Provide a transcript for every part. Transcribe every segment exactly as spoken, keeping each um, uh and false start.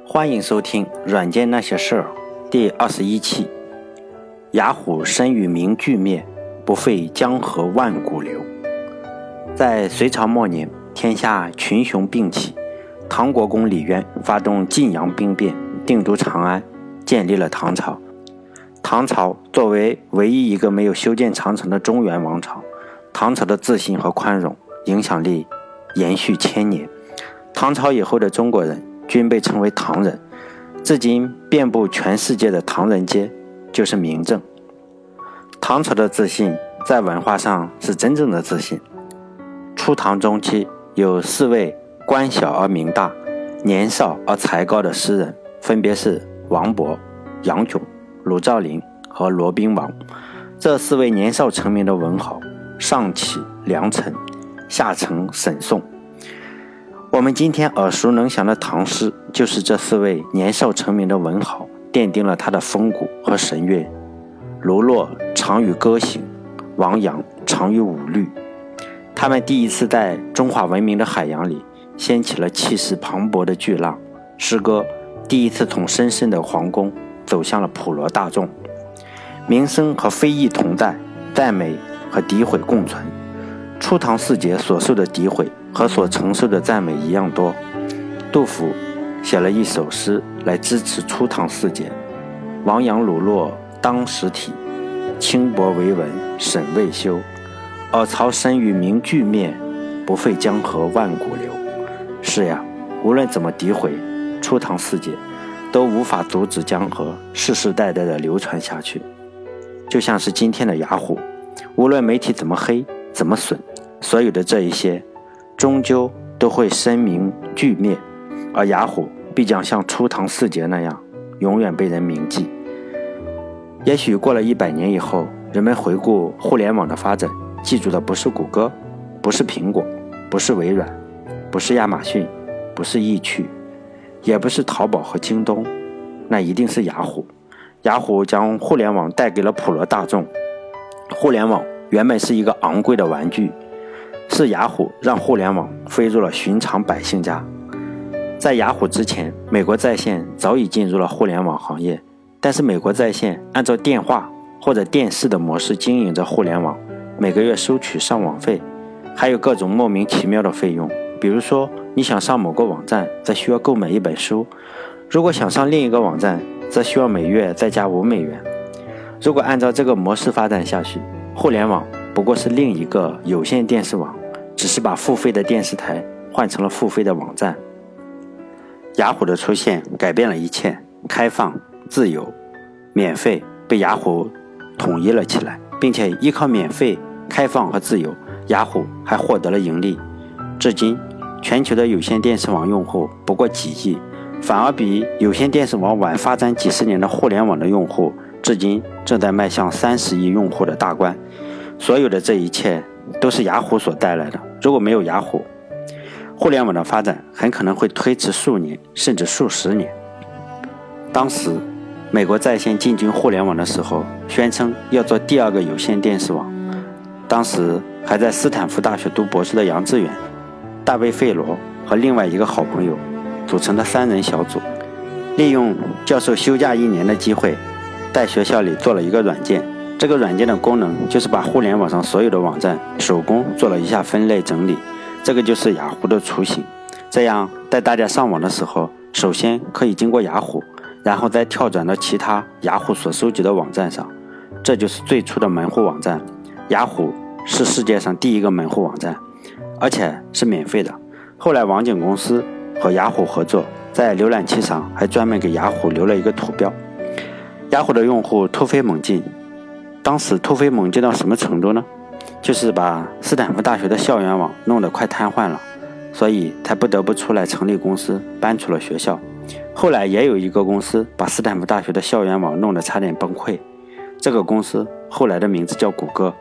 欢迎收听《软件那些事儿》第二十一期。雅虎生于名俱灭，不废江河万古流。在隋朝末年，天下群雄并起，唐国公李渊发动晋阳兵变，定都长安，建立了唐朝。唐朝作为唯一一个没有修建长城的中原王朝，唐朝的自信和宽容影响力延续千年。唐朝以后的中国人均被称为唐人，至今遍布全世界的唐人街就是明证。唐朝的自信在文化上是真正的自信。初唐中期有四位官小而名大、年少而才高的诗人，分别是王勃、杨炯、鲁兆麟和罗宾王。这四位年少成名的文豪，上启梁陈，下承沈宋。我们今天耳熟能详的唐诗，就是这四位年少成名的文豪奠定了他的风骨和神韵。卢駱长于歌行，王阳长于舞律。他们第一次在中华文明的海洋里掀起了气势磅礴的巨浪，诗歌第一次从深深的皇宫走向了普罗大众。名声和非议同在，赞美和诋毁共存。初唐四杰所受的诋毁和所承受的赞美一样多。杜甫写了一首诗来支持初唐四杰：王阳鲁駱当时体，轻薄为文沈未休。尔曹生于名俱灭，不废江河万古流。是呀，无论怎么诋毁初唐四杰，都无法阻止江河世世代代的流传下去。就像是今天的雅虎，无论媒体怎么黑怎么损，所有的这一些终究都会声名俱灭，而雅虎必将像初唐四杰那样永远被人铭记。也许过了一百年以后，人们回顾互联网的发展，记住的不是谷歌，不是苹果，不是微软，不是亚马逊，不是易趣，也不是淘宝和京东，那一定是雅虎。雅虎将互联网带给了普罗大众。互联网原本是一个昂贵的玩具，是雅虎让互联网飞入了寻常百姓家。在雅虎之前，美国在线早已进入了互联网行业，但是美国在线按照电话或者电视的模式经营着互联网，每个月收取上网费，还有各种莫名其妙的费用。比如说，你想上某个网站，则需要购买一本书；如果想上另一个网站，则需要每月再加五美元。如果按照这个模式发展下去，互联网不过是另一个有线电视网，只是把付费的电视台换成了付费的网站。雅虎的出现改变了一切，开放、自由、免费被雅虎统一了起来，并且依靠免费、开放和自由，雅虎还获得了盈利。至今，全球的有线电视网用户不过几亿，反而比有线电视网晚发展几十年的互联网的用户，至今正在迈向三十亿用户的大关。所有的这一切都是雅虎所带来的。如果没有雅虎，互联网的发展很可能会推迟数年甚至数十年。当时美国在线进军互联网的时候，宣称要做第二个有线电视网。当时还在斯坦福大学读博士的杨致远、大卫费罗和另外一个好朋友组成的三人小组，利用教授休假一年的机会，在学校里做了一个软件。这个软件的功能就是把互联网上所有的网站手工做了一下分类整理，这个就是雅虎的雏形。这样在大家上网的时候，首先可以经过雅虎，然后再跳转到其他雅虎所收集的网站上，这就是最初的门户网站。雅虎是世界上第一个门户网站，而且是免费的。后来网景公司和雅虎合作，在浏览器上还专门给雅虎留了一个图标。雅虎的用户突飞猛进，当时突飞猛进到什么程度呢？就是把斯坦福大学的校园网弄得快瘫痪了，所以才不得不出来成立公司，搬出了学校。后来也有一个公司把斯坦福大学的校园网弄得差点崩溃，这个公司后来的名字叫谷歌。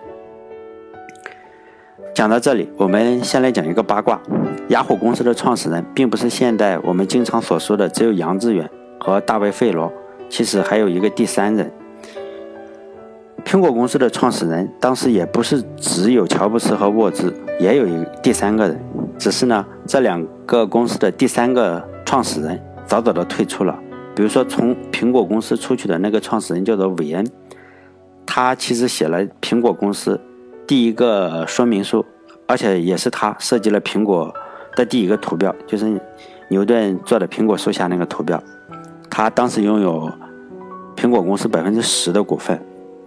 讲到这里，我们先来讲一个八卦。雅虎公司的创始人并不是现在我们经常所说的只有杨致远和大卫费罗，其实还有一个第三人。苹果公司的创始人当时也不是只有乔布斯和沃兹，也有一个第三个人，只是呢，这两个公司的第三个创始人早早的退出了。比如说从苹果公司出去的那个创始人叫做韦恩，他其实写了苹果公司第一个说明书，而且也是他设计了苹果的第一个图标，就是牛顿做的苹果树下那个图标。他当时拥有苹果公司百分之十的股份，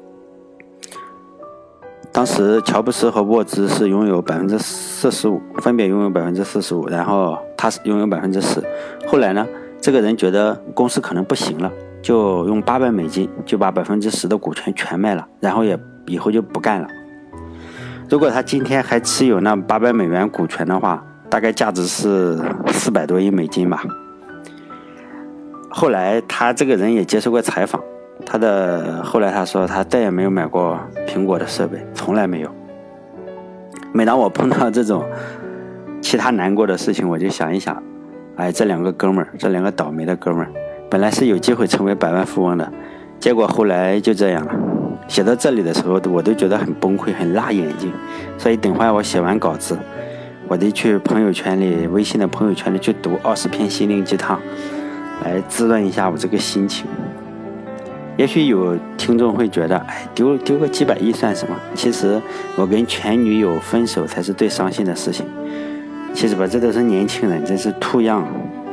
当时乔布斯和沃兹是拥有百分之四十五，分别拥有百分之四十五，然后他是拥有百分之十。后来呢，这个人觉得公司可能不行了，就用八百美金就把百分之十的股权全卖了，然后也以后就不干了。如果他今天还持有那八百美元股权的话，大概价值是四百多亿美金吧。后来他这个人也接受过采访，他的后来他说他再也没有买过苹果的设备，从来没有。每当我碰到这种其他难过的事情，我就想一想，哎，这两个哥们儿，这两个倒霉的哥们儿，本来是有机会成为百万富翁的，结果后来就这样了。写到这里的时候，我都觉得很崩溃，很辣眼睛。所以等会我写完稿子，我得去朋友圈里，微信的朋友圈里去读二十篇心灵鸡汤，来滋润一下我这个心情。也许有听众会觉得，哎，丢丢个几百亿算什么？其实我跟前女友分手才是最伤心的事情。其实吧，这都是年轻人，真是 too young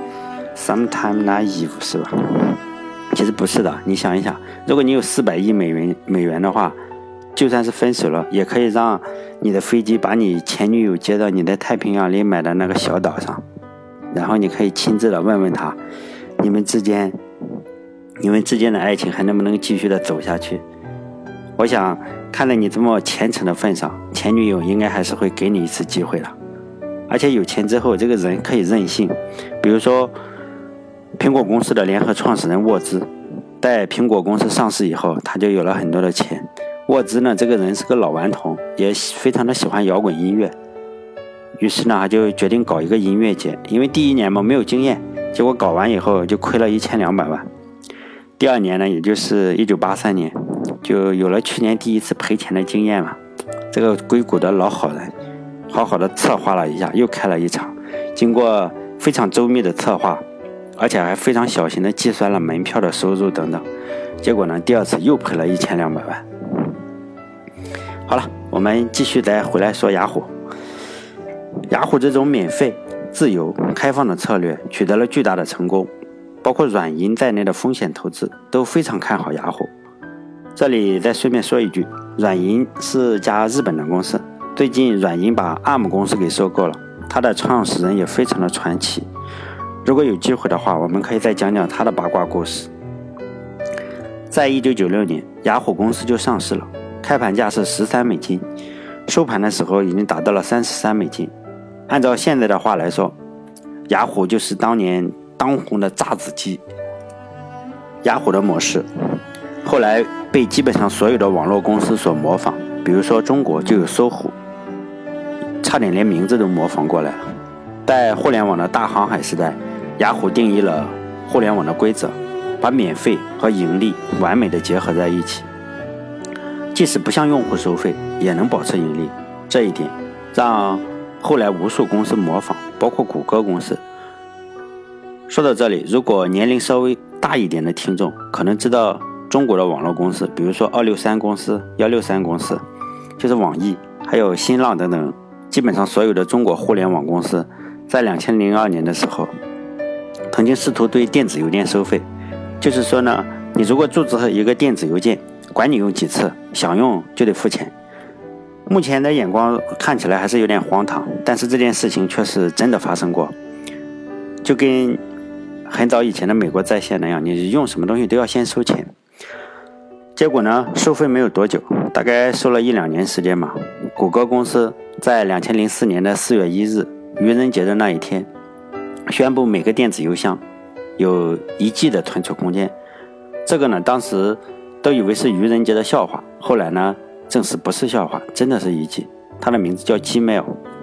sometimes naive， 是吧？其实不是的，你想一想，如果你有四百亿美元美元的话，就算是分手了，也可以让你的飞机把你前女友接到你在太平洋里买的那个小岛上，然后你可以亲自的问问他，你们之间你们之间的爱情还能不能继续的走下去。我想看在你这么虔诚的份上，前女友应该还是会给你一次机会的。而且有钱之后，这个人可以任性。比如说苹果公司的联合创始人沃兹，在苹果公司上市以后，他就有了很多的钱。沃兹呢，这个人是个老顽童，也非常的喜欢摇滚音乐，于是呢他就决定搞一个音乐节。因为第一年嘛没有经验，结果搞完以后就亏了一千两百万。第二年呢，也就是一九八三年，就有了去年第一次赔钱的经验嘛。这个硅谷的老好人好好的策划了一下，又开了一场，经过非常周密的策划，而且还非常小心的计算了门票的收入等等，结果呢第二次又赔了一千两百万。好了，我们继续再回来说雅虎。雅虎这种免费、自由、开放的策略取得了巨大的成功，包括软银在内的风险投资都非常看好雅虎。这里再顺便说一句，软银是家日本的公司，最近软银把 A R M 公司给收购了，它的创始人也非常的传奇。如果有机会的话，我们可以再讲讲他的八卦故事。在一九九六年，雅虎公司就上市了，开盘价是十三美金，收盘的时候已经达到了三十三美金。按照现在的话来说，雅虎就是当年当红的炸子鸡。雅虎的模式后来被基本上所有的网络公司所模仿，比如说中国就有搜狐，差点连名字都模仿过来了。在互联网的大航海时代，雅虎定义了互联网的规则，把免费和盈利完美的结合在一起，即使不向用户收费也能保持盈利。这一点让后来无数公司模仿，包括谷歌公司。说到这里，如果年龄稍微大一点的听众可能知道中国的网络公司，比如说二六三公司、一六三公司，就是网易，还有新浪等等，基本上所有的中国互联网公司在两千零二年的时候曾经试图对电子邮件收费，就是说呢，你如果注册一个电子邮件，管你用几次，想用就得付钱。目前的眼光看起来还是有点荒唐，但是这件事情确实真的发生过，就跟很早以前的美国在线那样，你用什么东西都要先收钱。结果呢，收费没有多久，大概收了一两年时间嘛。谷歌公司在两千零四年的四月一日，愚人节的那一天，宣布每个电子邮箱有一 G 的存储空间。这个呢，当时都以为是愚人节的笑话，后来呢，证实不是笑话，真的是一 G， 它的名字叫 Gmail。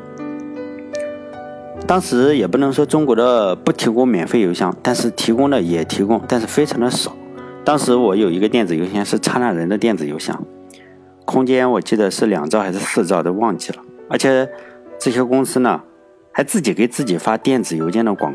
当时也不能说中国的不提供免费邮箱，但是提供的也提供，但是非常的少。当时我有一个电子邮箱是刹那人的电子邮箱，空间我记得是两兆还是四兆都忘记了，而且这些公司呢还自己给自己发电子邮件的广告，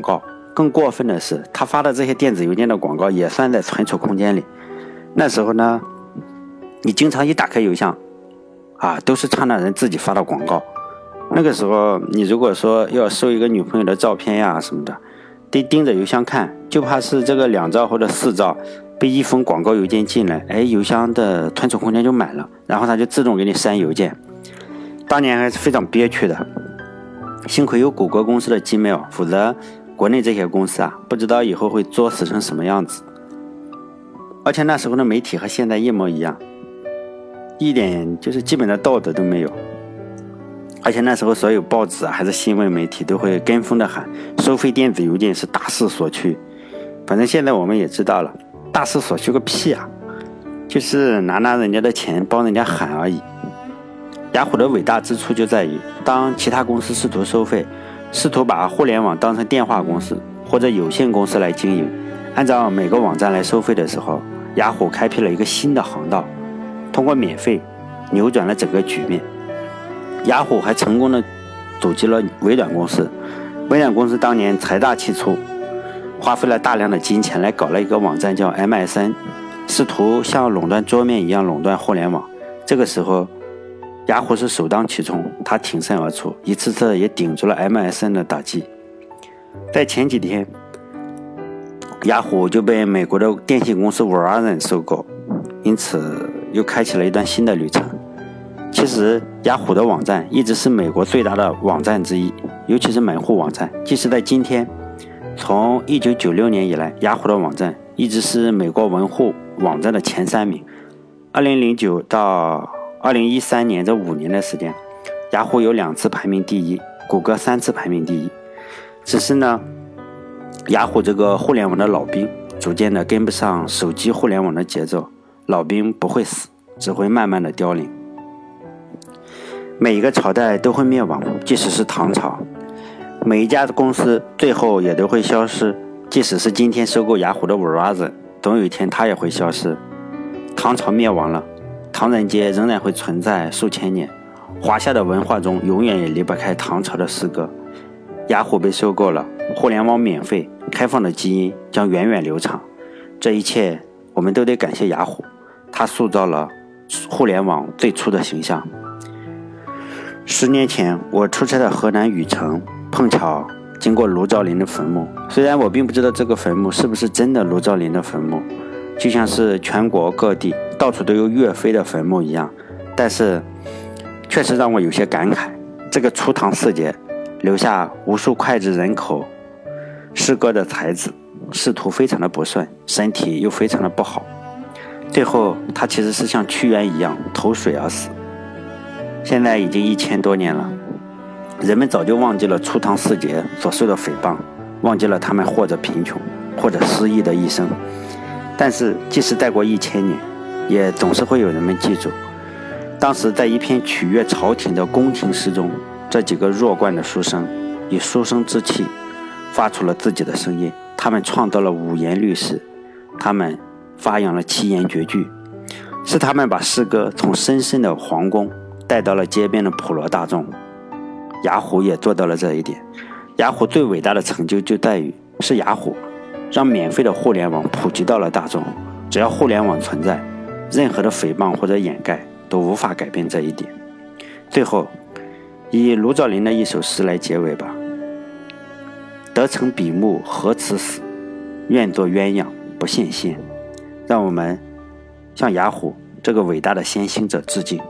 更过分的是，他发的这些电子邮件的广告也算在存储空间里。那时候呢，你经常一打开邮箱啊，都是唱那人自己发的广告。那个时候你如果说要收一个女朋友的照片呀什么的，得盯着邮箱看，就怕是这个两兆或者四兆被一封广告邮件进来，哎，邮箱的存储空间就满了，然后它就自动给你删邮件。当年还是非常憋屈的，幸亏有谷歌公司的 Gmail， 否则国内这些公司啊，不知道以后会作死成什么样子。而且那时候的媒体和现在一模一样，一点就是基本的道德都没有。而且那时候所有报纸啊还是新闻媒体都会跟风的喊收费电子邮件是大势所趋。反正现在我们也知道了，大势所趋个屁啊，就是拿拿人家的钱帮人家喊而已。雅虎的伟大之处就在于，当其他公司试图收费，试图把互联网当成电话公司或者有限公司来经营，按照每个网站来收费的时候，雅虎开辟了一个新的航道，通过免费扭转了整个局面。雅虎还成功的阻击了微软公司。微软公司当年财大气粗，花费了大量的金钱来搞了一个网站叫 M S N， 试图像垄断桌面一样垄断互联网。这个时候雅虎是首当其冲，他挺身而出，一次次也顶住了 M S N 的打击。在前几天，雅虎就被美国的电信公司 Verizon 收购，因此又开启了一段新的旅程。其实雅虎的网站一直是美国最大的网站之一，尤其是门户网站。即使在今天，从一九九六年以来，雅虎的网站一直是美国门户网站的前三名。二零零九到二零一三年这五年的时间，雅虎有两次排名第一，谷歌三次排名第一。只是呢，雅虎这个互联网的老兵逐渐的跟不上手机互联网的节奏，老兵不会死，只会慢慢的凋零。每一个朝代都会灭亡，即使是唐朝，每一家公司最后也都会消失，即使是今天收购雅虎的 Verizon， 总有一天它也会消失。唐朝灭亡了，唐人街仍然会存在数千年，华夏的文化中永远也离不开唐朝的诗歌。雅虎被收购了，互联网免费，开放的基因将源远流长。这一切我们都得感谢雅虎，它塑造了互联网最初的形象。十年前，我出差的河南禹城，碰巧经过卢照邻的坟墓。虽然我并不知道这个坟墓是不是真的卢照邻的坟墓，就像是全国各地到处都有岳飞的坟墓一样，但是确实让我有些感慨。这个初唐四杰留下无数脍炙人口诗歌的才子，仕途非常的不顺，身体又非常的不好，最后他其实是像屈原一样投水而死。现在已经一千多年了，人们早就忘记了初唐四杰所受的诽谤，忘记了他们或者贫穷或者失意的一生。但是即使再过一千年，也总是会有人们记住，当时在一篇取悦朝廷的宫廷诗中，这几个弱冠的书生以书生之气发出了自己的声音。他们创造了五言律诗，他们发扬了七言绝句，是他们把诗歌从深深的皇宫带到了街边的普罗大众。雅虎也做到了这一点。雅虎最伟大的成就就在于，是雅虎让免费的互联网普及到了大众。只要互联网存在，任何的诽谤或者掩盖都无法改变这一点。最后以卢照邻的一首诗来结尾吧：得成笔目何辞死，愿作鸳鸯不羡仙。让我们向雅虎这个伟大的先行者致敬。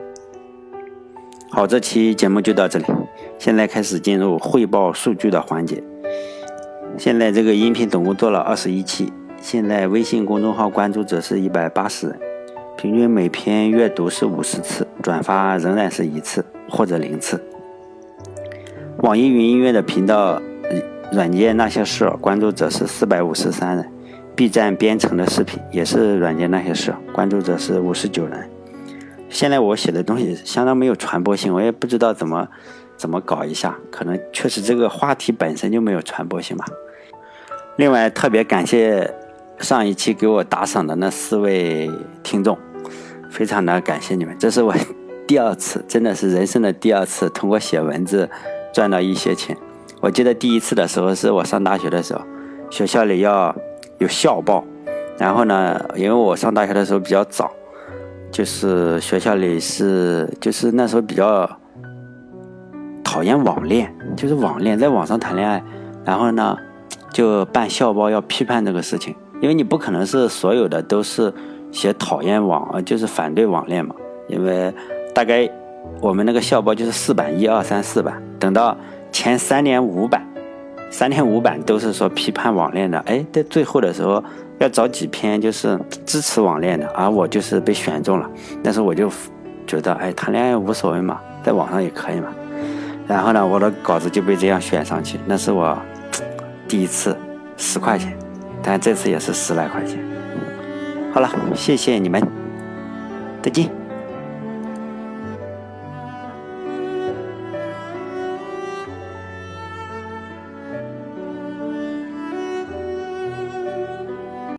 好，这期节目就到这里，现在开始进入汇报数据的环节。现在这个音频总共做了二十一期，现在微信公众号关注者是一百八十人，平均每篇阅读是五十次，转发仍然是一次或者零次。网易云音乐的频道软件那些事关注者是四百五十三人， B 站编程的视频也是软件那些事，关注者是五十九人。现在我写的东西相当没有传播性，我也不知道怎么怎么搞一下，可能确实这个话题本身就没有传播性吧。另外特别感谢上一期给我打赏的那四位听众，非常的感谢你们，这是我第二次，真的是人生的第二次通过写文字赚到一些钱。 我记得第一次的时候是我上大学的时候，学校里要有校报，然后呢，因为我上大学的时候比较早，就是学校里是就是那时候比较讨厌网恋，就是网恋在网上谈恋爱，然后呢就办校报要批判这个事情，因为你不可能是所有的都是写讨厌网，就是反对网恋嘛，因为大概我们那个校报就是四版，一二三四版，等到前三年五版，三年五版都是说批判网恋的，哎，在最后的时候要找几篇就是支持网恋的，而我就是被选中了，但是我就觉得，哎，谈恋爱无所谓嘛，在网上也可以嘛，然后呢，我的稿子就被这样选上去，那是我第一次十块钱，但这次也是十来块钱。好了，谢谢你们，再见。